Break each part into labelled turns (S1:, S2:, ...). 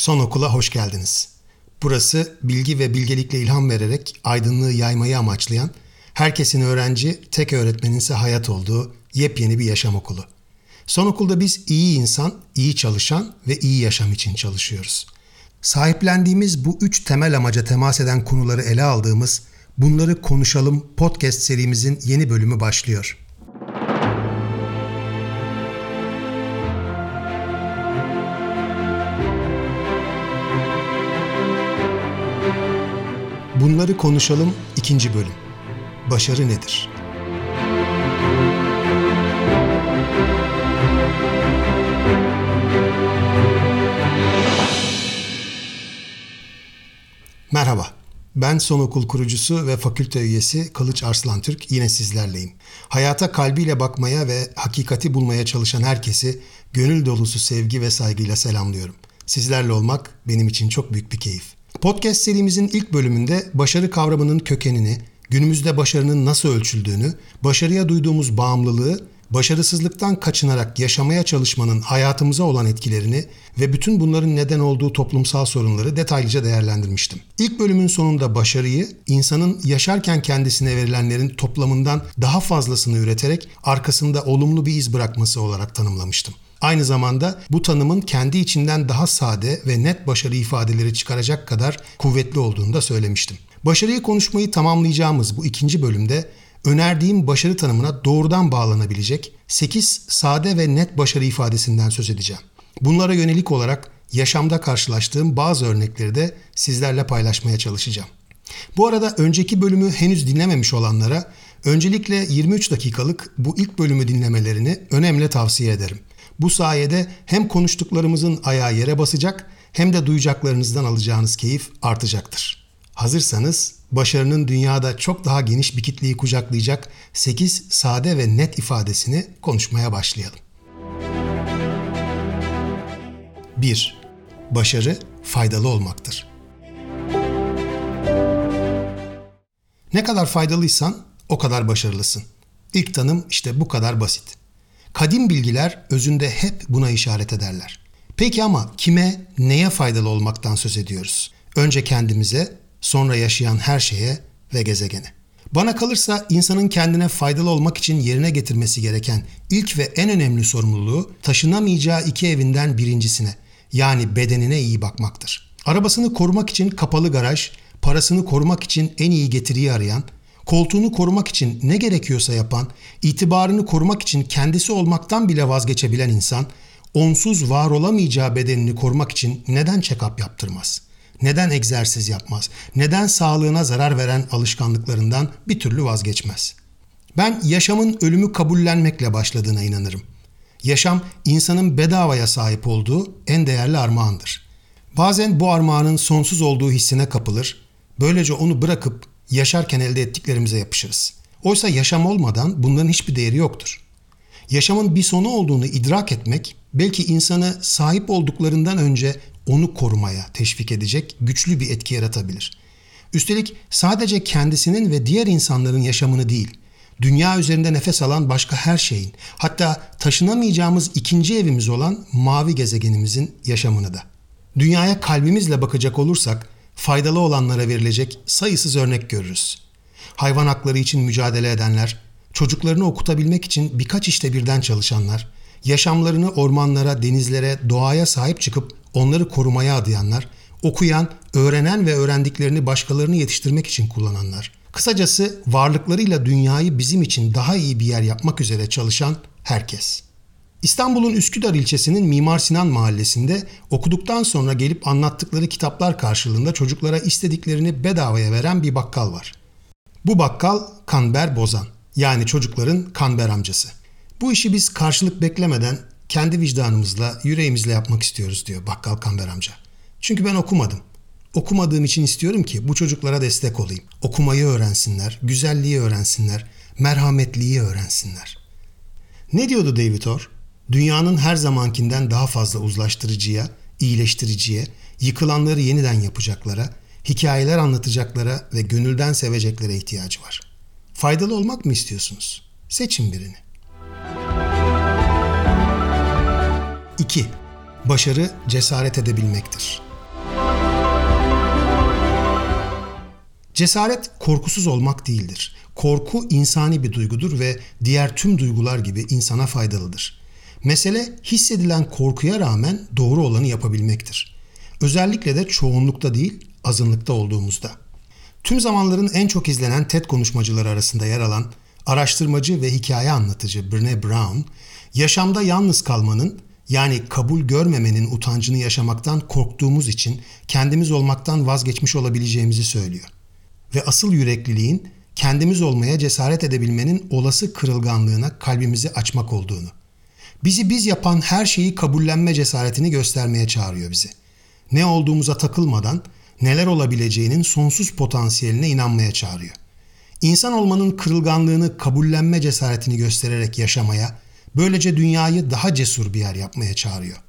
S1: Son Okula hoş geldiniz. Burası bilgi ve bilgelikle ilham vererek aydınlığı yaymayı amaçlayan, herkesin öğrenci, tek öğretmeninse hayat olduğu yepyeni bir yaşam okulu. Son Okul'da biz iyi insan, iyi çalışan ve iyi yaşam için çalışıyoruz. Sahiplendiğimiz bu 3 temel amaca temas eden konuları ele aldığımız Bunları Konuşalım podcast serimizin yeni bölümü başlıyor. Bunları Konuşalım 2. bölüm. Başarı nedir? Merhaba, ben Son Okul kurucusu ve fakülte üyesi Kılıç Arslantürk yine sizlerleyim. Hayata kalbiyle bakmaya ve hakikati bulmaya çalışan herkesi gönül dolusu sevgi ve saygıyla selamlıyorum. Sizlerle olmak benim için çok büyük bir keyif. Podcast serimizin ilk bölümünde başarı kavramının kökenini, günümüzde başarının nasıl ölçüldüğünü, başarıya duyduğumuz bağımlılığı, başarısızlıktan kaçınarak yaşamaya çalışmanın hayatımıza olan etkilerini ve bütün bunların neden olduğu toplumsal sorunları detaylıca değerlendirmiştim. İlk bölümün sonunda başarıyı, insanın yaşarken kendisine verilenlerin toplamından daha fazlasını üreterek arkasında olumlu bir iz bırakması olarak tanımlamıştım. Aynı zamanda bu tanımın kendi içinden daha sade ve net başarı ifadeleri çıkaracak kadar kuvvetli olduğunu da söylemiştim. Başarıyı konuşmayı tamamlayacağımız bu 2. bölümde önerdiğim başarı tanımına doğrudan bağlanabilecek 8 sade ve net başarı ifadesinden söz edeceğim. Bunlara yönelik olarak yaşamda karşılaştığım bazı örnekleri de sizlerle paylaşmaya çalışacağım. Bu arada önceki bölümü henüz dinlememiş olanlara öncelikle 23 dakikalık bu ilk bölümü dinlemelerini önemli tavsiye ederim. Bu sayede hem konuştuklarımızın ayağı yere basacak hem de duyacaklarınızdan alacağınız keyif artacaktır. Hazırsanız başarının dünyada çok daha geniş bir kitleyi kucaklayacak 8 sade ve net ifadesini konuşmaya başlayalım. 1. Başarı faydalı olmaktır. Ne kadar faydalıysan o kadar başarılısın. İlk tanım işte bu kadar basit. Kadim bilgiler özünde hep buna işaret ederler. Peki ama kime, neye faydalı olmaktan söz ediyoruz? Önce kendimize, sonra yaşayan her şeye ve gezegene. Bana kalırsa insanın kendine faydalı olmak için yerine getirmesi gereken ilk ve en önemli sorumluluğu taşınamayacağı 2 evinden birincisine, yani bedenine iyi bakmaktır. Arabasını korumak için kapalı garaj, parasını korumak için en iyi getiriyi arayan, koltuğunu korumak için ne gerekiyorsa yapan, itibarını korumak için kendisi olmaktan bile vazgeçebilen insan, onsuz var olamayacağı bedenini korumak için neden check-up yaptırmaz? Neden egzersiz yapmaz? Neden sağlığına zarar veren alışkanlıklarından bir türlü vazgeçmez? Ben yaşamın ölümü kabullenmekle başladığına inanırım. Yaşam, insanın bedavaya sahip olduğu en değerli armağandır. Bazen bu armağanın sonsuz olduğu hissine kapılır, böylece onu bırakıp yaşarken elde ettiklerimize yapışırız. Oysa yaşam olmadan bunların hiçbir değeri yoktur. Yaşamın bir sonu olduğunu idrak etmek, belki insanı sahip olduklarından önce onu korumaya teşvik edecek güçlü bir etki yaratabilir. Üstelik sadece kendisinin ve diğer insanların yaşamını değil, dünya üzerinde nefes alan başka her şeyin, hatta taşınamayacağımız 2. evimiz olan mavi gezegenimizin yaşamını da. Dünyaya kalbimizle bakacak olursak, faydalı olanlara verilecek sayısız örnek görürüz. Hayvan hakları için mücadele edenler, çocuklarını okutabilmek için birkaç işte birden çalışanlar, yaşamlarını ormanlara, denizlere, doğaya sahip çıkıp onları korumaya adayanlar, okuyan, öğrenen ve öğrendiklerini başkalarını yetiştirmek için kullananlar. Kısacası varlıklarıyla dünyayı bizim için daha iyi bir yer yapmak üzere çalışan herkes. İstanbul'un Üsküdar ilçesinin Mimar Sinan mahallesinde okuduktan sonra gelip anlattıkları kitaplar karşılığında çocuklara istediklerini bedavaya veren bir bakkal var. Bu bakkal Kanber Bozan, yani çocukların Kanber amcası. Bu işi biz karşılık beklemeden kendi vicdanımızla, yüreğimizle yapmak istiyoruz diyor bakkal Kanber amca. Çünkü ben okumadım. Okumadığım için istiyorum ki bu çocuklara destek olayım. Okumayı öğrensinler, güzelliği öğrensinler, merhametliyi öğrensinler. Ne diyordu David Orr? Dünyanın her zamankinden daha fazla uzlaştırıcıya, iyileştiriciye, yıkılanları yeniden yapacaklara, hikayeler anlatacaklara ve gönülden seveceklere ihtiyacı var. Faydalı olmak mı istiyorsunuz? Seçin birini. 2. Başarı cesaret edebilmektir. Cesaret korkusuz olmak değildir. Korku insani bir duygudur ve diğer tüm duygular gibi insana faydalıdır. Mesele hissedilen korkuya rağmen doğru olanı yapabilmektir. Özellikle de çoğunlukta değil, azınlıkta olduğumuzda. Tüm zamanların en çok izlenen TED konuşmacıları arasında yer alan araştırmacı ve hikaye anlatıcı Brené Brown, yaşamda yalnız kalmanın, yani kabul görmemenin utancını yaşamaktan korktuğumuz için kendimiz olmaktan vazgeçmiş olabileceğimizi söylüyor. Ve asıl yürekliliğin kendimiz olmaya cesaret edebilmenin olası kırılganlığına kalbimizi açmak olduğunu. Bizi biz yapan her şeyi kabullenme cesaretini göstermeye çağırıyor bizi. Ne olduğumuza takılmadan neler olabileceğinin sonsuz potansiyeline inanmaya çağırıyor. İnsan olmanın kırılganlığını kabullenme cesaretini göstererek yaşamaya, böylece dünyayı daha cesur bir yer yapmaya çağırıyor.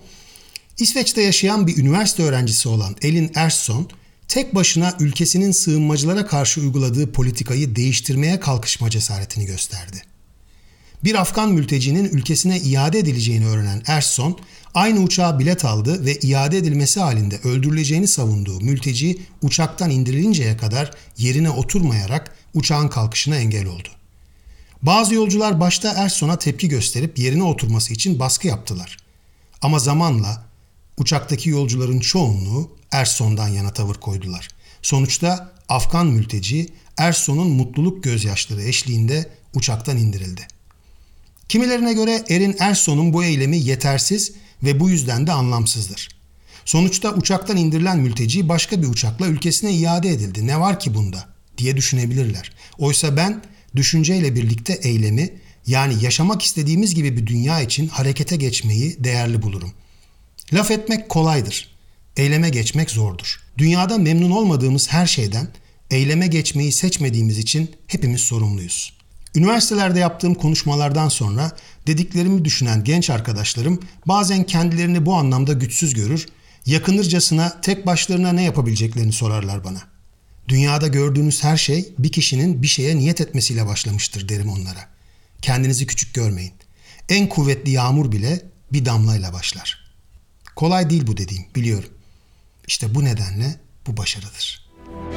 S1: İsveç'te yaşayan bir üniversite öğrencisi olan Elin Ersson, tek başına ülkesinin sığınmacılara karşı uyguladığı politikayı değiştirmeye kalkışma cesaretini gösterdi. Bir Afgan mültecinin ülkesine iade edileceğini öğrenen Ersson, aynı uçağa bilet aldı ve iade edilmesi halinde öldürüleceğini savunduğu mülteci uçaktan indirilinceye kadar yerine oturmayarak uçağın kalkışına engel oldu. Bazı yolcular başta Ersson'a tepki gösterip yerine oturması için baskı yaptılar. Ama zamanla uçaktaki yolcuların çoğunluğu Ersson'dan yana tavır koydular. Sonuçta Afgan mülteci Ersson'un mutluluk gözyaşları eşliğinde uçaktan indirildi. Kimilerine göre Erin Ersson'un bu eylemi yetersiz ve bu yüzden de anlamsızdır. Sonuçta uçaktan indirilen mülteci başka bir uçakla ülkesine iade edildi. Ne var ki bunda diye düşünebilirler. Oysa ben düşünceyle birlikte eylemi, yani yaşamak istediğimiz gibi bir dünya için harekete geçmeyi değerli bulurum. Laf etmek kolaydır. Eyleme geçmek zordur. Dünyada memnun olmadığımız her şeyden eyleme geçmeyi seçmediğimiz için hepimiz sorumluyuz. Üniversitelerde yaptığım konuşmalardan sonra dediklerimi düşünen genç arkadaşlarım bazen kendilerini bu anlamda güçsüz görür, yakınırcasına tek başlarına ne yapabileceklerini sorarlar bana. Dünyada gördüğünüz her şey bir kişinin bir şeye niyet etmesiyle başlamıştır derim onlara. Kendinizi küçük görmeyin. En kuvvetli yağmur bile bir damlayla başlar. Kolay değil bu dediğim, biliyorum. İşte bu nedenle bu başarıdır.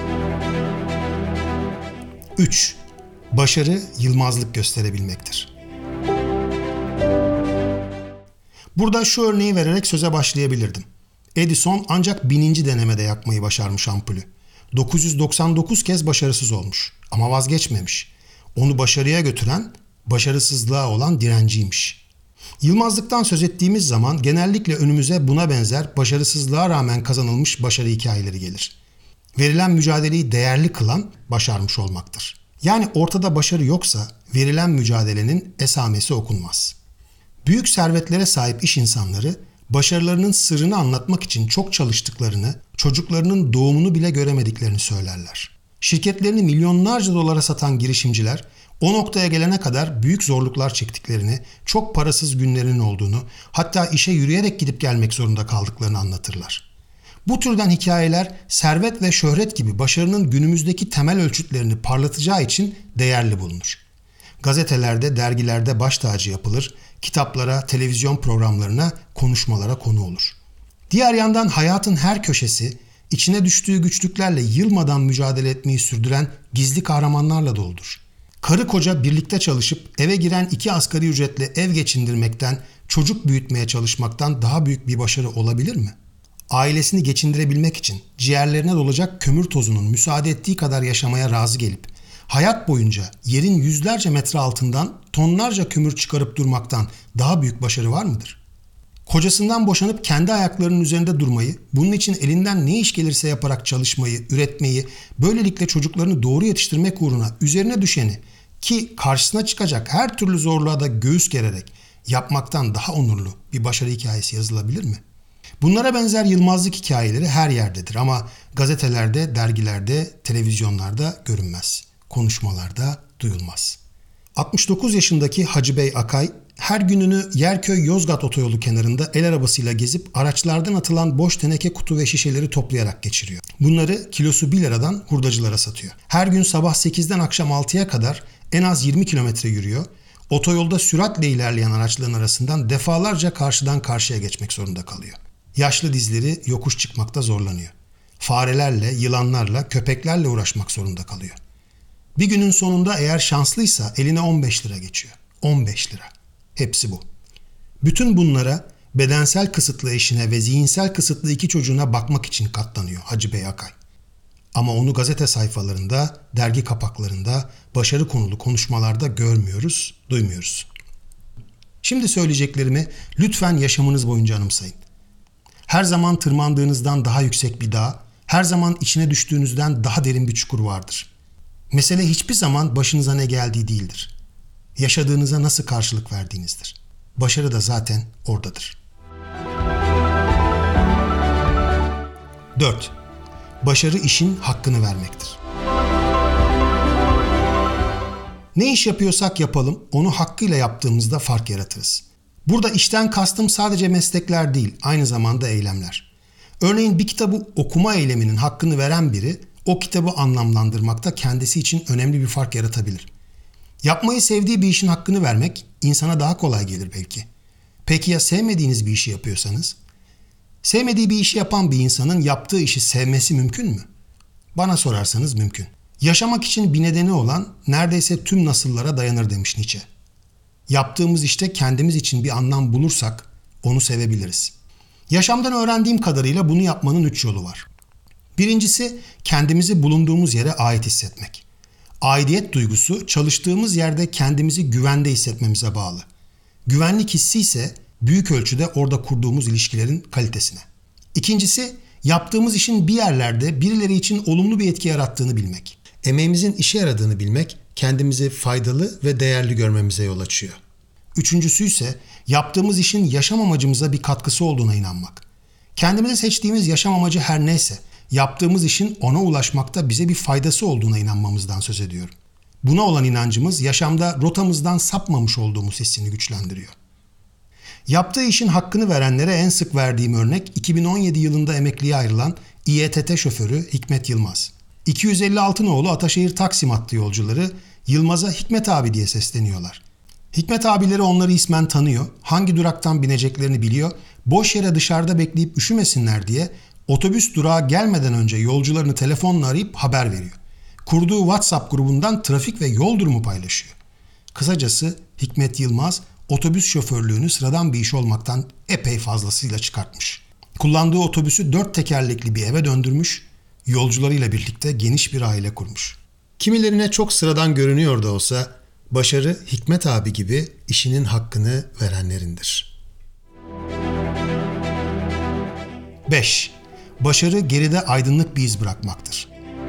S1: 3. Başarı yılmazlık gösterebilmektir. Burada şu örneği vererek söze başlayabilirdim. Edison ancak 1000. denemede yakmayı başarmış ampulü. 999 kez başarısız olmuş ama vazgeçmemiş. Onu başarıya götüren başarısızlığa olan direnciymiş. Yılmazlıktan söz ettiğimiz zaman genellikle önümüze buna benzer başarısızlığa rağmen kazanılmış başarı hikayeleri gelir. Verilen mücadeleyi değerli kılan başarmış olmaktır. Yani ortada başarı yoksa verilen mücadelenin esamesi okunmaz. Büyük servetlere sahip iş insanları başarılarının sırrını anlatmak için çok çalıştıklarını, çocuklarının doğumunu bile göremediklerini söylerler. Şirketlerini milyonlarca dolara satan girişimciler o noktaya gelene kadar büyük zorluklar çektiklerini, çok parasız günlerinin olduğunu, hatta işe yürüyerek gidip gelmek zorunda kaldıklarını anlatırlar. Bu türden hikayeler servet ve şöhret gibi başarının günümüzdeki temel ölçütlerini parlatacağı için değerli bulunur. Gazetelerde, dergilerde baş tacı yapılır, kitaplara, televizyon programlarına, konuşmalara konu olur. Diğer yandan hayatın her köşesi, içine düştüğü güçlüklerle yılmadan mücadele etmeyi sürdüren gizli kahramanlarla doludur. Karı koca birlikte çalışıp eve giren 2 asgari ücretle ev geçindirmekten, çocuk büyütmeye çalışmaktan daha büyük bir başarı olabilir mi? Ailesini geçindirebilmek için ciğerlerine dolacak kömür tozunun müsaade ettiği kadar yaşamaya razı gelip, hayat boyunca yerin yüzlerce metre altından tonlarca kömür çıkarıp durmaktan daha büyük başarı var mıdır? Kocasından boşanıp kendi ayaklarının üzerinde durmayı, bunun için elinden ne iş gelirse yaparak çalışmayı, üretmeyi, böylelikle çocuklarını doğru yetiştirmek uğruna üzerine düşeni ki karşısına çıkacak her türlü zorluğa da göğüs gererek yapmaktan daha onurlu bir başarı hikayesi yazılabilir mi? Bunlara benzer yılmazlık hikayeleri her yerdedir ama gazetelerde, dergilerde, televizyonlarda görünmez. Konuşmalarda duyulmaz. 69 yaşındaki Hacı Bey Akay her gününü Yerköy-Yozgat otoyolu kenarında el arabasıyla gezip araçlardan atılan boş teneke kutu ve şişeleri toplayarak geçiriyor. Bunları kilosu 1 liradan hurdacılara satıyor. Her gün sabah 8'den akşam 6'ya kadar en az 20 kilometre yürüyor. Otoyolda süratle ilerleyen araçların arasından defalarca karşıdan karşıya geçmek zorunda kalıyor. Yaşlı dizleri yokuş çıkmakta zorlanıyor. Farelerle, yılanlarla, köpeklerle uğraşmak zorunda kalıyor. Bir günün sonunda eğer şanslıysa eline 15 lira geçiyor. 15 lira. Hepsi bu. Bütün bunlara bedensel kısıtlı eşine ve zihinsel kısıtlı 2 çocuğuna bakmak için katlanıyor Hacı Bey Akay. Ama onu gazete sayfalarında, dergi kapaklarında, başarı konulu konuşmalarda görmüyoruz, duymuyoruz. Şimdi söyleyeceklerimi lütfen yaşamınız boyunca anımsayın. Her zaman tırmandığınızdan daha yüksek bir dağ, her zaman içine düştüğünüzden daha derin bir çukur vardır. Mesele hiçbir zaman başınıza ne geldiği değildir. Yaşadığınıza nasıl karşılık verdiğinizdir. Başarı da zaten oradadır. 4. Başarı işin hakkını vermektir. Ne iş yapıyorsak yapalım, onu hakkıyla yaptığımızda fark yaratırız. Burada işten kastım sadece meslekler değil, aynı zamanda eylemler. Örneğin bir kitabı okuma eyleminin hakkını veren biri, o kitabı anlamlandırmakta kendisi için önemli bir fark yaratabilir. Yapmayı sevdiği bir işin hakkını vermek insana daha kolay gelir belki. Peki ya sevmediğiniz bir işi yapıyorsanız? Sevmediği bir işi yapan bir insanın yaptığı işi sevmesi mümkün mü? Bana sorarsanız mümkün. Yaşamak için bir nedeni olan neredeyse tüm nasıllara dayanır demiş Nietzsche. Yaptığımız işte kendimiz için bir anlam bulursak onu sevebiliriz. Yaşamdan öğrendiğim kadarıyla bunu yapmanın 3 yolu var. Birincisi kendimizi bulunduğumuz yere ait hissetmek. Aidiyet duygusu çalıştığımız yerde kendimizi güvende hissetmemize bağlı. Güvenlik hissi ise büyük ölçüde orada kurduğumuz ilişkilerin kalitesine. İkincisi yaptığımız işin bir yerlerde birileri için olumlu bir etki yarattığını bilmek. Emeğimizin işe yaradığını bilmek kendimizi faydalı ve değerli görmemize yol açıyor. Üçüncüsü ise yaptığımız işin yaşam amacımıza bir katkısı olduğuna inanmak. Kendimize seçtiğimiz yaşam amacı her neyse, yaptığımız işin ona ulaşmakta bize bir faydası olduğuna inanmamızdan söz ediyorum. Buna olan inancımız yaşamda rotamızdan sapmamış olduğumuz hissini güçlendiriyor. Yaptığı işin hakkını verenlere en sık verdiğim örnek 2017 yılında emekliye ayrılan İETT şoförü Hikmet Yılmaz. 256 nolu Ataşehir Taksim hattı yolcuları Yılmaz'a Hikmet abi diye sesleniyorlar. Hikmet abileri onları ismen tanıyor, hangi duraktan bineceklerini biliyor, boş yere dışarıda bekleyip üşümesinler diye otobüs durağa gelmeden önce yolcularını telefonla arayıp haber veriyor. Kurduğu WhatsApp grubundan trafik ve yol durumu paylaşıyor. Kısacası Hikmet Yılmaz otobüs şoförlüğünü sıradan bir iş olmaktan epey fazlasıyla çıkartmış. Kullandığı otobüsü 4 tekerlekli bir eve döndürmüş, yolcularıyla birlikte geniş bir aile kurmuş. Kimilerine çok sıradan görünüyor da olsa başarı Hikmet abi gibi işinin hakkını verenlerindir. 5. Başarı geride aydınlık bir iz bırakmaktır.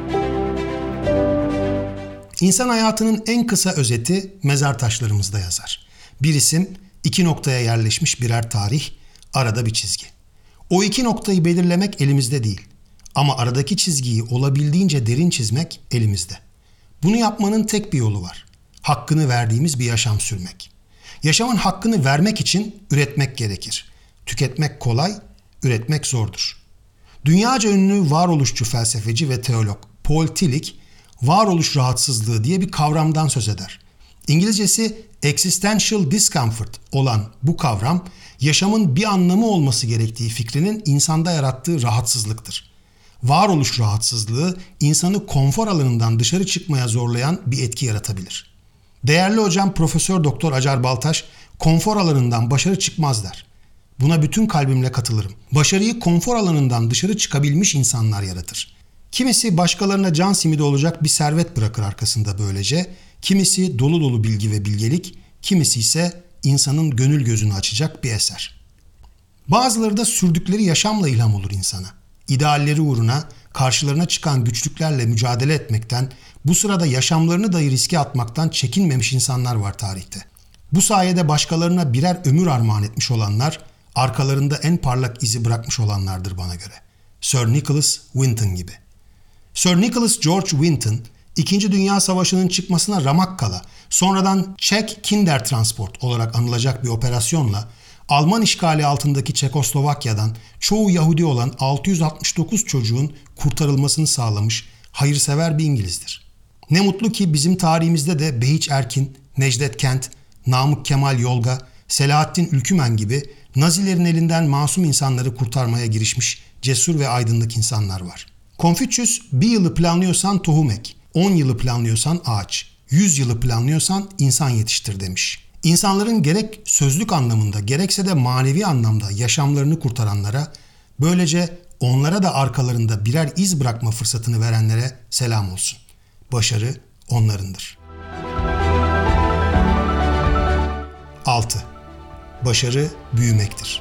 S1: İnsan hayatının en kısa özeti mezar taşlarımızda yazar. Bir isim, 2 noktaya yerleşmiş birer tarih, arada bir çizgi. O 2 noktayı belirlemek elimizde değil. Ama aradaki çizgiyi olabildiğince derin çizmek elimizde. Bunu yapmanın tek bir yolu var. Hakkını verdiğimiz bir yaşam sürmek. Yaşamın hakkını vermek için üretmek gerekir. Tüketmek kolay, üretmek zordur. Dünyaca ünlü varoluşçu felsefeci ve teolog Paul Tillich, varoluş rahatsızlığı diye bir kavramdan söz eder. İngilizcesi existential discomfort olan bu kavram, yaşamın bir anlamı olması gerektiği fikrinin insanda yarattığı rahatsızlıktır. Varoluş rahatsızlığı, insanı konfor alanından dışarı çıkmaya zorlayan bir etki yaratabilir. Değerli hocam Profesör Doktor Acar Baltaş, konfor alanından başarı çıkmaz der. Buna bütün kalbimle katılırım. Başarıyı konfor alanından dışarı çıkabilmiş insanlar yaratır. Kimisi başkalarına can simidi olacak bir servet bırakır arkasında böylece, kimisi dolu dolu bilgi ve bilgelik, kimisi ise insanın gönül gözünü açacak bir eser. Bazıları da sürdükleri yaşamla ilham olur insana. İdealleri uğruna karşılarına çıkan güçlüklerle mücadele etmekten, bu sırada yaşamlarını dahi riske atmaktan çekinmemiş insanlar var tarihte. Bu sayede başkalarına birer ömür armağan etmiş olanlar, arkalarında en parlak izi bırakmış olanlardır bana göre. Sir Nicholas Winton gibi. Sir Nicholas George Winton, İkinci Dünya Savaşı'nın çıkmasına ramak kala, sonradan Czech Kindertransport olarak anılacak bir operasyonla Alman işgali altındaki Çekoslovakya'dan çoğu Yahudi olan 669 çocuğun kurtarılmasını sağlamış hayırsever bir İngilizdir. Ne mutlu ki bizim tarihimizde de Behiç Erkin, Necdet Kent, Namık Kemal Yolga, Selahattin Ülkümen gibi Nazilerin elinden masum insanları kurtarmaya girişmiş cesur ve aydınlık insanlar var. Konfüçyüs bir yılı planlıyorsan tohum ek, 10 yılı planlıyorsan ağaç, 100 yılı planlıyorsan insan yetiştir demiş. İnsanların gerek sözlük anlamında gerekse de manevi anlamda yaşamlarını kurtaranlara, böylece onlara da arkalarında birer iz bırakma fırsatını verenlere selam olsun. Başarı onlarındır. 6. Başarı büyümektir.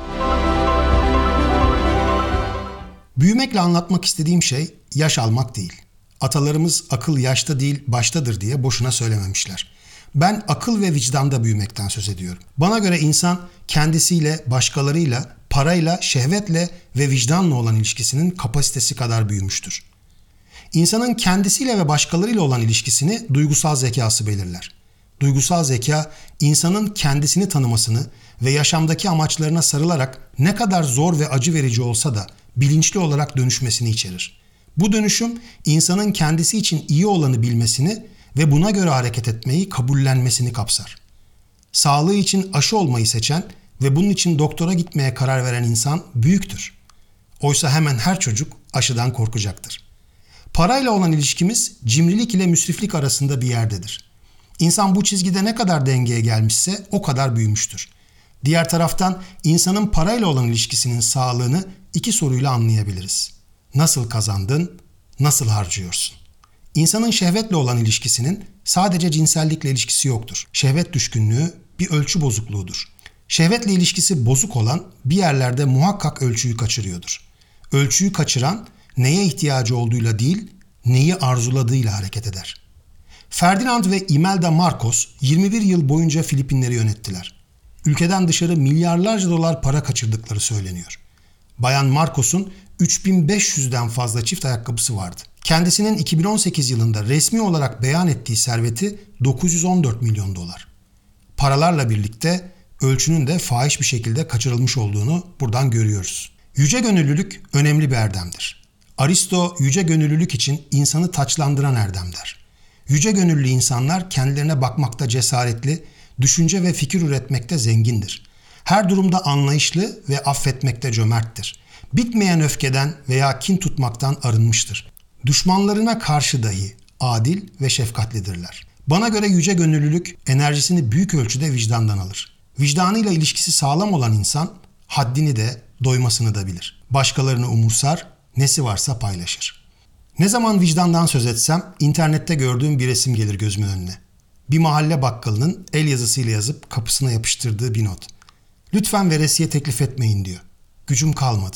S1: Büyümekle anlatmak istediğim şey yaş almak değil. Atalarımız akıl yaşta değil baştadır diye boşuna söylememişler. Ben akıl ve vicdanda büyümekten söz ediyorum. Bana göre insan kendisiyle, başkalarıyla, parayla, şehvetle ve vicdanla olan ilişkisinin kapasitesi kadar büyümüştür. İnsanın kendisiyle ve başkalarıyla olan ilişkisini duygusal zekası belirler. Duygusal zeka, insanın kendisini tanımasını ve yaşamdaki amaçlarına sarılarak ne kadar zor ve acı verici olsa da bilinçli olarak dönüşmesini içerir. Bu dönüşüm, insanın kendisi için iyi olanı bilmesini ve buna göre hareket etmeyi kabullenmesini kapsar. Sağlığı için aşı olmayı seçen ve bunun için doktora gitmeye karar veren insan büyüktür. Oysa hemen her çocuk aşıdan korkacaktır. Parayla olan ilişkimiz cimrilik ile müsriflik arasında bir yerdedir. İnsan bu çizgide ne kadar dengeye gelmişse o kadar büyümüştür. Diğer taraftan insanın parayla olan ilişkisinin sağlığını iki soruyla anlayabiliriz. Nasıl kazandın, nasıl harcıyorsun? İnsanın şehvetle olan ilişkisinin sadece cinsellikle ilişkisi yoktur. Şehvet düşkünlüğü bir ölçü bozukluğudur. Şehvetle ilişkisi bozuk olan bir yerlerde muhakkak ölçüyü kaçırıyordur. Ölçüyü kaçıran neye ihtiyacı olduğuyla değil, neyi arzuladığıyla hareket eder. Ferdinand ve Imelda Marcos 21 yıl boyunca Filipinleri yönettiler. Ülkeden dışarı milyarlarca dolar para kaçırdıkları söyleniyor. Bayan Marcos'un 3500'den fazla çift ayakkabısı vardı. Kendisinin 2018 yılında resmi olarak beyan ettiği serveti 914 milyon dolar. Paralarla birlikte ölçünün de fahiş bir şekilde kaçırılmış olduğunu buradan görüyoruz. Yüce gönüllülük önemli bir erdemdir. Aristo yüce gönüllülük için insanı taçlandıran erdem der. Yüce gönüllü insanlar kendilerine bakmakta cesaretli, düşünce ve fikir üretmekte zengindir. Her durumda anlayışlı ve affetmekte cömerttir. Bitmeyen öfkeden veya kin tutmaktan arınmıştır. Düşmanlarına karşı dahi adil ve şefkatlidirler. Bana göre yüce gönüllülük enerjisini büyük ölçüde vicdandan alır. Vicdanıyla ilişkisi sağlam olan insan haddini de doymasını da bilir. Başkalarını umursar, nesi varsa paylaşır. Ne zaman vicdandan söz etsem internette gördüğüm bir resim gelir gözümün önüne. Bir mahalle bakkalının el yazısıyla yazıp kapısına yapıştırdığı bir not. Lütfen veresiye teklif etmeyin diyor. Gücüm kalmadı.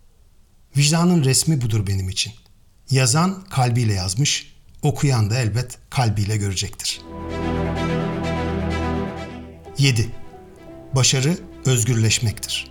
S1: Vicdanın resmi budur benim için. Yazan kalbiyle yazmış, okuyan da elbet kalbiyle görecektir. 7. Başarı özgürleşmektir.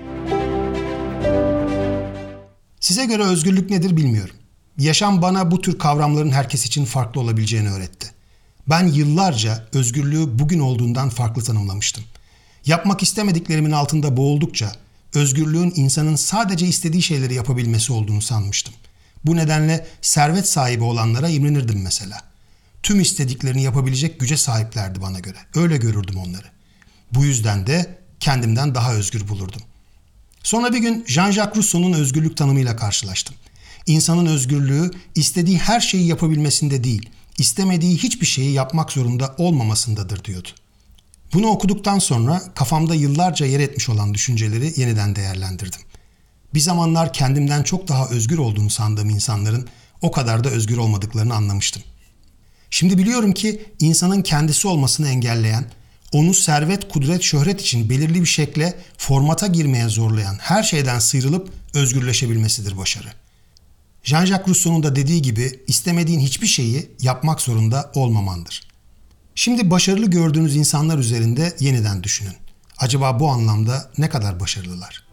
S1: Size göre özgürlük nedir bilmiyorum. Yaşam bana bu tür kavramların herkes için farklı olabileceğini öğretti. Ben yıllarca özgürlüğü bugün olduğundan farklı tanımlamıştım. Yapmak istemediklerimin altında boğuldukça özgürlüğün insanın sadece istediği şeyleri yapabilmesi olduğunu sanmıştım. Bu nedenle servet sahibi olanlara imrenirdim mesela. Tüm istediklerini yapabilecek güce sahiplerdi bana göre. Öyle görürdüm onları. Bu yüzden de kendimden daha özgür bulurdum. Sonra bir gün Jean-Jacques Rousseau'nun özgürlük tanımıyla karşılaştım. İnsanın özgürlüğü istediği her şeyi yapabilmesinde değil, istemediği hiçbir şeyi yapmak zorunda olmamasındadır diyordu. Bunu okuduktan sonra kafamda yıllarca yer etmiş olan düşünceleri yeniden değerlendirdim. Bir zamanlar kendimden çok daha özgür olduğunu sandığım insanların o kadar da özgür olmadıklarını anlamıştım. Şimdi biliyorum ki insanın kendisi olmasını engelleyen, onu servet, kudret, şöhret için belirli bir şekle, formata girmeye zorlayan her şeyden sıyrılıp özgürleşebilmesidir başarı. Jean-Jacques Rousseau'nun da dediği gibi istemediğin hiçbir şeyi yapmak zorunda olmamandır. Şimdi başarılı gördüğünüz insanlar üzerinde yeniden düşünün. Acaba bu anlamda ne kadar başarılılar?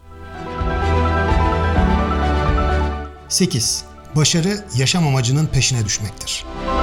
S1: 8. Başarı yaşam amacının peşine düşmektir.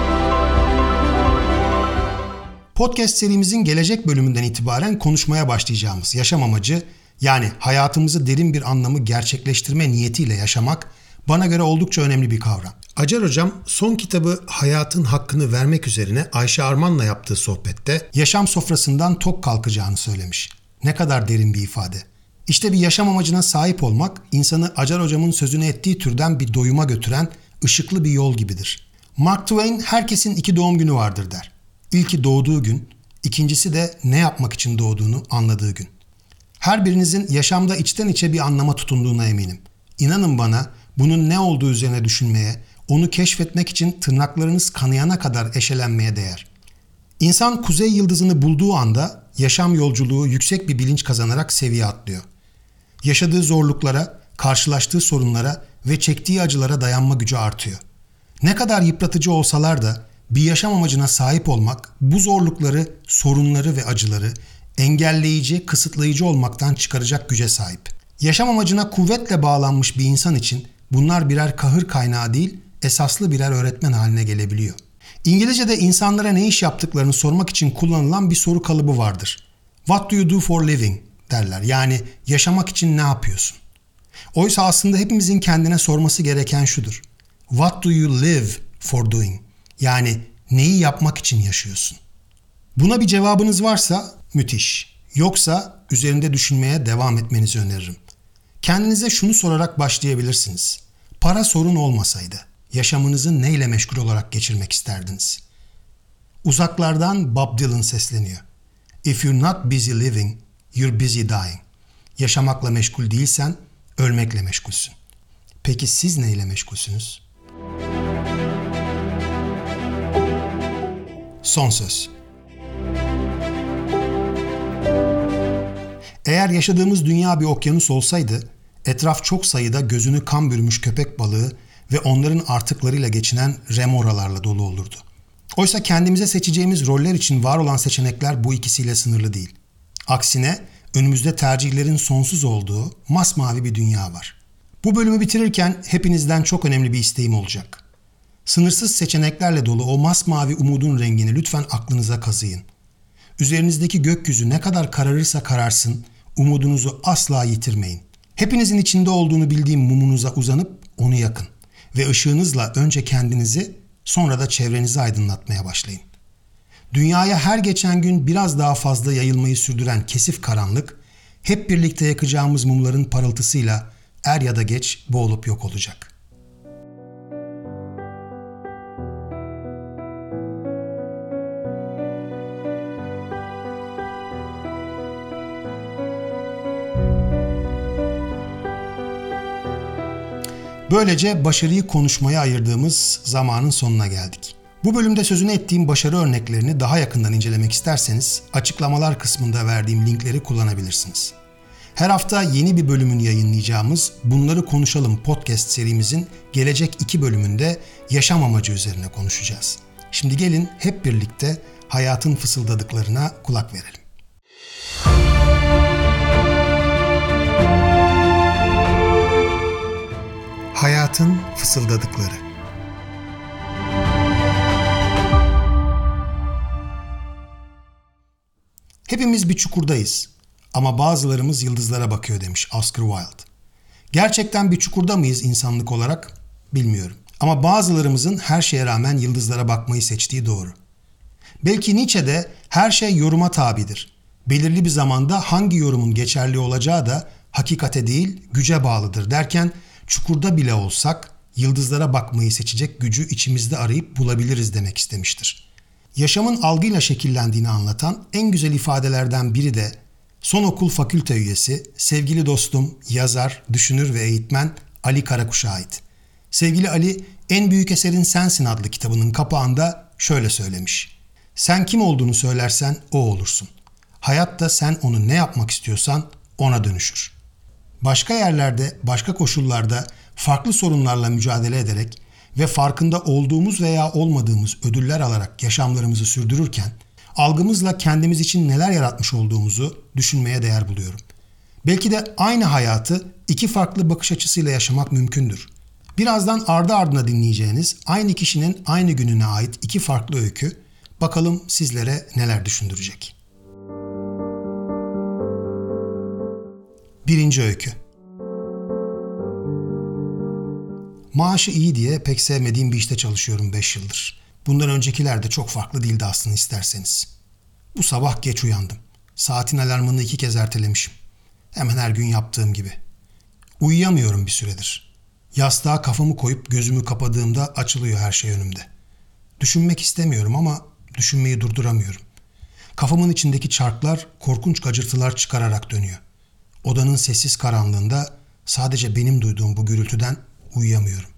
S1: Podcast serimizin gelecek bölümünden itibaren konuşmaya başlayacağımız yaşam amacı, yani hayatımızı derin bir anlamı gerçekleştirme niyetiyle yaşamak, bana göre oldukça önemli bir kavram. Acar Hocam son kitabı Hayatın Hakkını Vermek üzerine Ayşe Arman'la yaptığı sohbette yaşam sofrasından tok kalkacağını söylemiş. Ne kadar derin bir ifade. İşte bir yaşam amacına sahip olmak, insanı Acar hocamın sözünü ettiği türden bir doyuma götüren ışıklı bir yol gibidir. Mark Twain herkesin 2 doğum günü vardır der. İlki doğduğu gün, ikincisi de ne yapmak için doğduğunu anladığı gün. Her birinizin yaşamda içten içe bir anlama tutunduğuna eminim. İnanın bana, bunun ne olduğu üzerine düşünmeye, onu keşfetmek için tırnaklarınız kanayana kadar eşelenmeye değer. İnsan kuzey yıldızını bulduğu anda yaşam yolculuğu yüksek bir bilinç kazanarak seviye atlıyor. Yaşadığı zorluklara, karşılaştığı sorunlara ve çektiği acılara dayanma gücü artıyor. Ne kadar yıpratıcı olsalar da bir yaşam amacına sahip olmak bu zorlukları, sorunları ve acıları engelleyici, kısıtlayıcı olmaktan çıkaracak güce sahip. Yaşam amacına kuvvetle bağlanmış bir insan için bunlar birer kahır kaynağı değil, esaslı birer öğretmen haline gelebiliyor. İngilizce'de insanlara ne iş yaptıklarını sormak için kullanılan bir soru kalıbı vardır. What do you do for living derler. Yani yaşamak için ne yapıyorsun? Oysa aslında hepimizin kendine sorması gereken şudur. What do you live for doing? Yani neyi yapmak için yaşıyorsun? Buna bir cevabınız varsa müthiş. Yoksa üzerinde düşünmeye devam etmenizi öneririm. Kendinize şunu sorarak başlayabilirsiniz. Para sorun olmasaydı yaşamınızı neyle meşgul olarak geçirmek isterdiniz? Uzaklardan Bob Dylan sesleniyor. If you're not busy living, you're busy dying. Yaşamakla meşgul değilsen ölmekle meşgulsün. Peki siz neyle meşgulsünüz? Son söz. Eğer yaşadığımız dünya bir okyanus olsaydı, etraf çok sayıda gözünü kan bürümüş köpek balığı ve onların artıklarıyla geçinen remoralarla dolu olurdu. Oysa kendimize seçeceğimiz roller için var olan seçenekler bu ikisiyle sınırlı değil. Aksine önümüzde tercihlerin sonsuz olduğu masmavi bir dünya var. Bu bölümü bitirirken hepinizden çok önemli bir isteğim olacak. Sınırsız seçeneklerle dolu o masmavi umudun rengini lütfen aklınıza kazıyın. Üzerinizdeki gökyüzü ne kadar kararırsa kararsın, umudunuzu asla yitirmeyin. Hepinizin içinde olduğunu bildiğim mumunuza uzanıp onu yakın ve ışığınızla önce kendinizi, sonra da çevrenizi aydınlatmaya başlayın. Dünyaya her geçen gün biraz daha fazla yayılmayı sürdüren kesif karanlık, hep birlikte yakacağımız mumların parıltısıyla er ya da geç boğulup yok olacak. Böylece başarıyı konuşmaya ayırdığımız zamanın sonuna geldik. Bu bölümde sözünü ettiğim başarı örneklerini daha yakından incelemek isterseniz açıklamalar kısmında verdiğim linkleri kullanabilirsiniz. Her hafta yeni bir bölümünü yayınlayacağımız Bunları Konuşalım podcast serimizin gelecek 2 bölümünde yaşam amacı üzerine konuşacağız. Şimdi gelin hep birlikte hayatın fısıldadıklarına kulak verelim. Hayatın fısıldadıkları. Hepimiz bir çukurdayız ama bazılarımız yıldızlara bakıyor demiş Oscar Wilde. Gerçekten bir çukurda mıyız insanlık olarak? Bilmiyorum. Ama bazılarımızın her şeye rağmen yıldızlara bakmayı seçtiği doğru. Belki Nietzsche'de her şey yoruma tabidir. Belirli bir zamanda hangi yorumun geçerli olacağı da hakikate değil güce bağlıdır derken çukurda bile olsak yıldızlara bakmayı seçecek gücü içimizde arayıp bulabiliriz demek istemiştir. Yaşamın algıyla şekillendiğini anlatan en güzel ifadelerden biri de Son Okul Fakülte üyesi, sevgili dostum, yazar, düşünür ve eğitmen Ali Karakuş'a ait. Sevgili Ali, En Büyük Eserin Sensin adlı kitabının kapağında şöyle söylemiş. Sen kim olduğunu söylersen o olursun. Hayat da sen onu ne yapmak istiyorsan ona dönüşür. Başka yerlerde, başka koşullarda farklı sorunlarla mücadele ederek ve farkında olduğumuz veya olmadığımız ödüller alarak yaşamlarımızı sürdürürken algımızla kendimiz için neler yaratmış olduğumuzu düşünmeye değer buluyorum. Belki de aynı hayatı 2 farklı bakış açısıyla yaşamak mümkündür. Birazdan ardı ardına dinleyeceğiniz aynı kişinin aynı gününe ait 2 farklı öykü, bakalım sizlere neler düşündürecek. 1. öykü. Maaşı iyi diye pek sevmediğim bir işte çalışıyorum 5 yıldır. Bundan öncekiler de çok farklı değildi aslında isterseniz. Bu sabah geç uyandım. Saatin alarmını 2 kez ertelemişim. Hemen her gün yaptığım gibi. Uyuyamıyorum bir süredir. Yastığa kafamı koyup gözümü kapadığımda açılıyor her şey önümde. Düşünmek istemiyorum ama düşünmeyi durduramıyorum. Kafamın içindeki çarklar korkunç gacırtılar çıkararak dönüyor. Odanın sessiz karanlığında sadece benim duyduğum bu gürültüden uyuyamıyorum.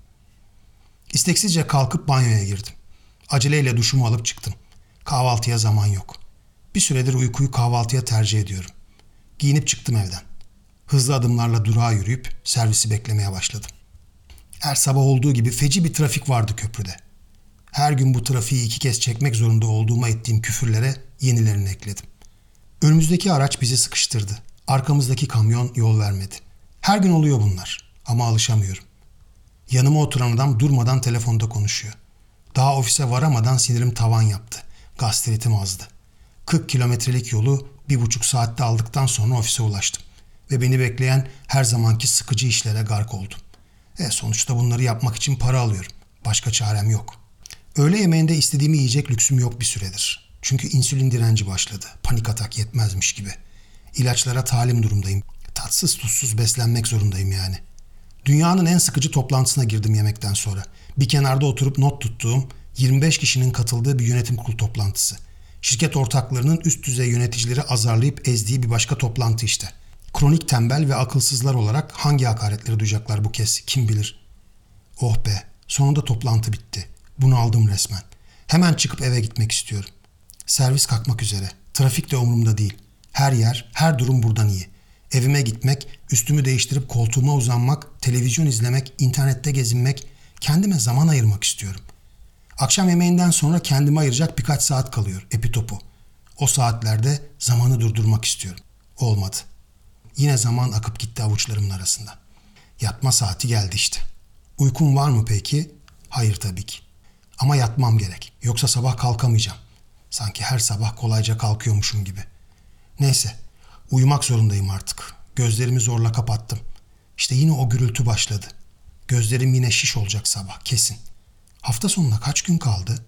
S1: İsteksizce kalkıp banyoya girdim. Aceleyle duşumu alıp çıktım. Kahvaltıya zaman yok. Bir süredir uykuyu kahvaltıya tercih ediyorum. Giyinip çıktım evden. Hızlı adımlarla durağa yürüyüp servisi beklemeye başladım. Her sabah olduğu gibi feci bir trafik vardı köprüde. Her gün bu trafiği 2 kez çekmek zorunda olduğuma ettiğim küfürlere yenilerini ekledim. Önümüzdeki araç bizi sıkıştırdı. Arkamızdaki kamyon yol vermedi. Her gün oluyor bunlar ama alışamıyorum. Yanıma oturan adam durmadan telefonda konuşuyor. Daha ofise varamadan sinirim tavan yaptı. Gastritim azdı. 40 kilometrelik yolu 1,5 saatte aldıktan sonra ofise ulaştım. Ve beni bekleyen her zamanki sıkıcı işlere gark oldum. Sonuçta bunları yapmak için para alıyorum. Başka çarem yok. Öğle yemeğinde istediğimi yiyecek lüksüm yok bir süredir. Çünkü insülin direnci başladı. Panik atak yetmezmiş gibi. İlaçlara talim durumdayım. Tatsız tuzsuz beslenmek zorundayım yani. Dünyanın en sıkıcı toplantısına girdim yemekten sonra. Bir kenarda oturup not tuttuğum 25 kişinin katıldığı bir yönetim kurulu toplantısı. Şirket ortaklarının üst düzey yöneticileri azarlayıp ezdiği bir başka toplantı işte. Kronik tembel ve akılsızlar olarak hangi hakaretleri duyacaklar bu kez kim bilir. Oh be, sonunda toplantı bitti. Bunaldım resmen. Hemen çıkıp eve gitmek istiyorum. Servis kalkmak üzere. Trafik de umurumda değil. Her yer, her durum buradan iyi. Evime gitmek, üstümü değiştirip koltuğuma uzanmak, televizyon izlemek, internette gezinmek, kendime zaman ayırmak istiyorum. Akşam yemeğinden sonra kendime ayıracak birkaç saat kalıyor, epitopu. O saatlerde zamanı durdurmak istiyorum. Olmadı. Yine zaman akıp gitti avuçlarımın arasından. Yatma saati geldi işte. Uykum var mı peki? Hayır tabii ki. Ama yatmam gerek. Yoksa sabah kalkamayacağım. Sanki her sabah kolayca kalkıyormuşum gibi. Neyse, uyumak zorundayım artık. Gözlerimi zorla kapattım. İşte yine o gürültü başladı. Gözlerim yine şiş olacak sabah, kesin. Hafta sonuna kaç gün kaldı?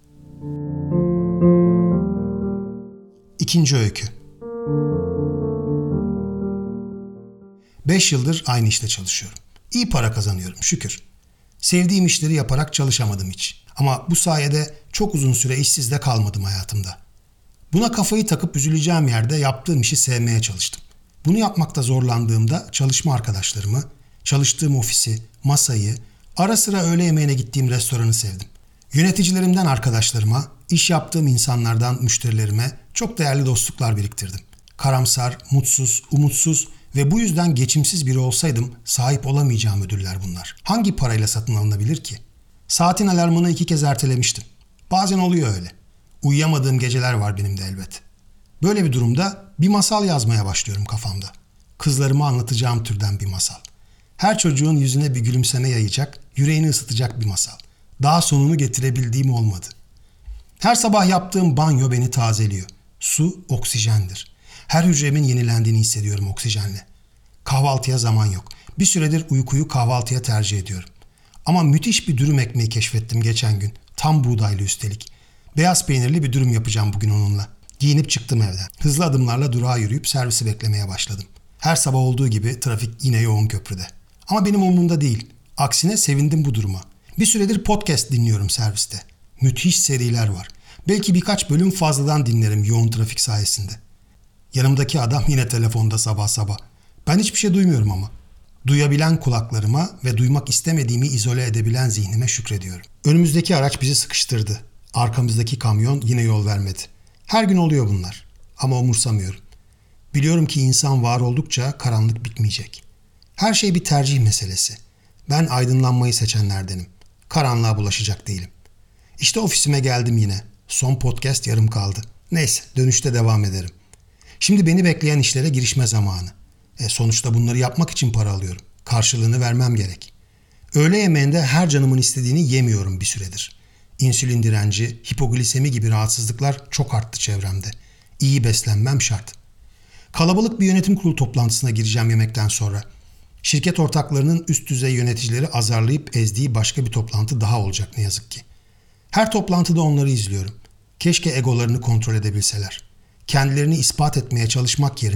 S1: 2. öykü. 5 yıldır aynı işte çalışıyorum. İyi para kazanıyorum şükür. Sevdiğim işleri yaparak çalışamadım hiç. Ama bu sayede çok uzun süre işsiz de kalmadım hayatımda. Buna kafayı takıp üzüleceğim yerde yaptığım işi sevmeye çalıştım. Bunu yapmakta zorlandığımda çalışma arkadaşlarımı, çalıştığım ofisi, masayı, ara sıra öğle yemeğine gittiğim restoranı sevdim. Yöneticilerimden arkadaşlarıma, iş yaptığım insanlardan müşterilerime çok değerli dostluklar biriktirdim. Karamsar, mutsuz, umutsuz ve bu yüzden geçimsiz biri olsaydım sahip olamayacağım ödüller bunlar. Hangi parayla satın alınabilir ki? Saatin alarmını 2 kez ertelemiştim. Bazen oluyor öyle. Uyuyamadığım geceler var benim de elbet. Böyle bir durumda bir masal yazmaya başlıyorum kafamda. Kızlarıma anlatacağım türden bir masal. Her çocuğun yüzüne bir gülümseme yayacak, yüreğini ısıtacak bir masal. Daha sonunu getirebildiğim olmadı. Her sabah yaptığım banyo beni tazeliyor. Su oksijendir. Her hücremin yenilendiğini hissediyorum oksijenle. Kahvaltıya zaman yok. Bir süredir uykuyu kahvaltıya tercih ediyorum. Ama müthiş bir dürüm ekmeği keşfettim geçen gün. Tam buğdaylı üstelik. Beyaz peynirli bir dürüm yapacağım bugün onunla. Giyinip çıktım evden. Hızlı adımlarla durağa yürüyüp servisi beklemeye başladım. Her sabah olduğu gibi trafik yine yoğun köprüde. Ama benim umurumda değil. Aksine sevindim bu duruma. Bir süredir podcast dinliyorum serviste. Müthiş seriler var. Belki birkaç bölüm fazladan dinlerim yoğun trafik sayesinde. Yanımdaki adam yine telefonda sabah sabah. Ben hiçbir şey duymuyorum ama. Duyabilen kulaklarıma ve duymak istemediğimi izole edebilen zihnime şükrediyorum. Önümüzdeki araç bizi sıkıştırdı. Arkamızdaki kamyon yine yol vermedi. Her gün oluyor bunlar. Ama umursamıyorum. Biliyorum ki insan var oldukça karanlık bitmeyecek. Her şey bir tercih meselesi. Ben aydınlanmayı seçenlerdenim. Karanlığa bulaşacak değilim. İşte ofisime geldim yine. Son podcast yarım kaldı. Neyse, dönüşte devam ederim. Şimdi beni bekleyen işlere girişme zamanı. Sonuçta bunları yapmak için para alıyorum. Karşılığını vermem gerek. Öğle yemeğinde her canımın istediğini yemiyorum bir süredir. İnsülin direnci, hipoglisemi gibi rahatsızlıklar çok arttı çevremde. İyi beslenmem şart. Kalabalık bir yönetim kurulu toplantısına gireceğim yemekten sonra. Şirket ortaklarının üst düzey yöneticileri azarlayıp ezdiği başka bir toplantı daha olacak ne yazık ki. Her toplantıda onları izliyorum. Keşke egolarını kontrol edebilseler. Kendilerini ispat etmeye çalışmak yerine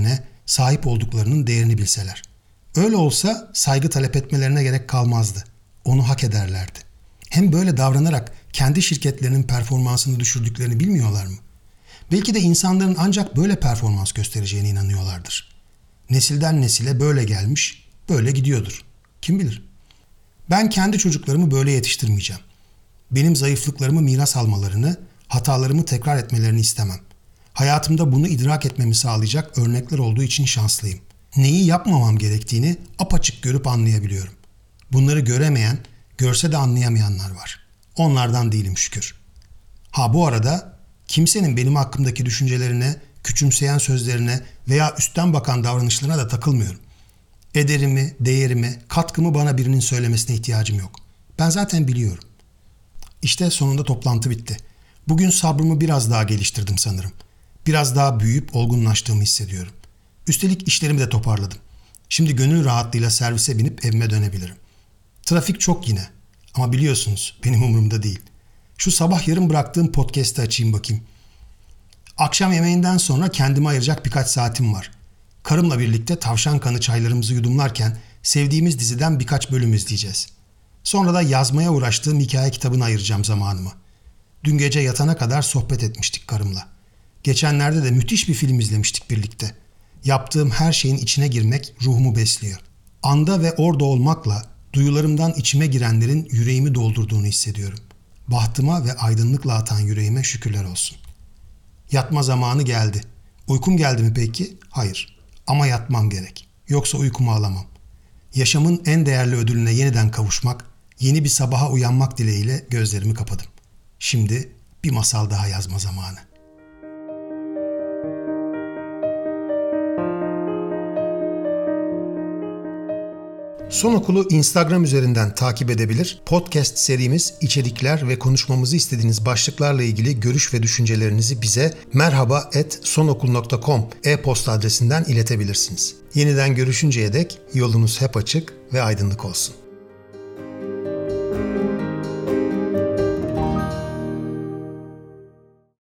S1: sahip olduklarının değerini bilseler. Öyle olsa saygı talep etmelerine gerek kalmazdı. Onu hak ederlerdi. Hem böyle davranarak kendi şirketlerinin performansını düşürdüklerini bilmiyorlar mı? Belki de insanların ancak böyle performans göstereceğine inanıyorlardır. Nesilden nesile böyle gelmiş, böyle gidiyordur. Kim bilir? Ben kendi çocuklarımı böyle yetiştirmeyeceğim. Benim zayıflıklarımı miras almalarını, hatalarımı tekrar etmelerini istemem. Hayatımda bunu idrak etmemi sağlayacak örnekler olduğu için şanslıyım. Neyi yapmamam gerektiğini apaçık görüp anlayabiliyorum. Bunları göremeyen, görse de anlayamayanlar var. Onlardan değilim şükür. Bu arada kimsenin benim hakkımdaki düşüncelerine, küçümseyen sözlerine veya üstten bakan davranışlarına da takılmıyorum. Ederimi, değerimi, katkımı bana birinin söylemesine ihtiyacım yok. Ben zaten biliyorum. İşte sonunda toplantı bitti. Bugün sabrımı biraz daha geliştirdim sanırım. Biraz daha büyüyüp olgunlaştığımı hissediyorum. Üstelik işlerimi de toparladım. Şimdi gönül rahatlığıyla servise binip evime dönebilirim. Trafik çok yine. Ama biliyorsunuz benim umurumda değil. Şu sabah yarım bıraktığım podcast'ı açayım bakayım. Akşam yemeğinden sonra kendime ayıracak birkaç saatim var. Karımla birlikte tavşan kanı çaylarımızı yudumlarken sevdiğimiz diziden birkaç bölüm izleyeceğiz. Sonra da yazmaya uğraştığım hikaye kitabına ayıracağım zamanımı. Dün gece yatana kadar sohbet etmiştik karımla. Geçenlerde de müthiş bir film izlemiştik birlikte. Yaptığım her şeyin içine girmek ruhumu besliyor. Anda ve orada olmakla duyularımdan içime girenlerin yüreğimi doldurduğunu hissediyorum. Bahtıma ve aydınlıkla atan yüreğime şükürler olsun. Yatma zamanı geldi. Uykum geldi mi peki? Hayır. Ama yatmam gerek. Yoksa uykumu alamam. Yaşamın en değerli ödülüne yeniden kavuşmak, yeni bir sabaha uyanmak dileğiyle gözlerimi kapadım. Şimdi bir masal daha yazma zamanı. Son Okulu Instagram üzerinden takip edebilir, podcast serimiz, içerikler ve konuşmamızı istediğiniz başlıklarla ilgili görüş ve düşüncelerinizi bize merhaba@sonokul.com e-posta adresinden iletebilirsiniz. Yeniden görüşünceye dek yolunuz hep açık ve aydınlık olsun.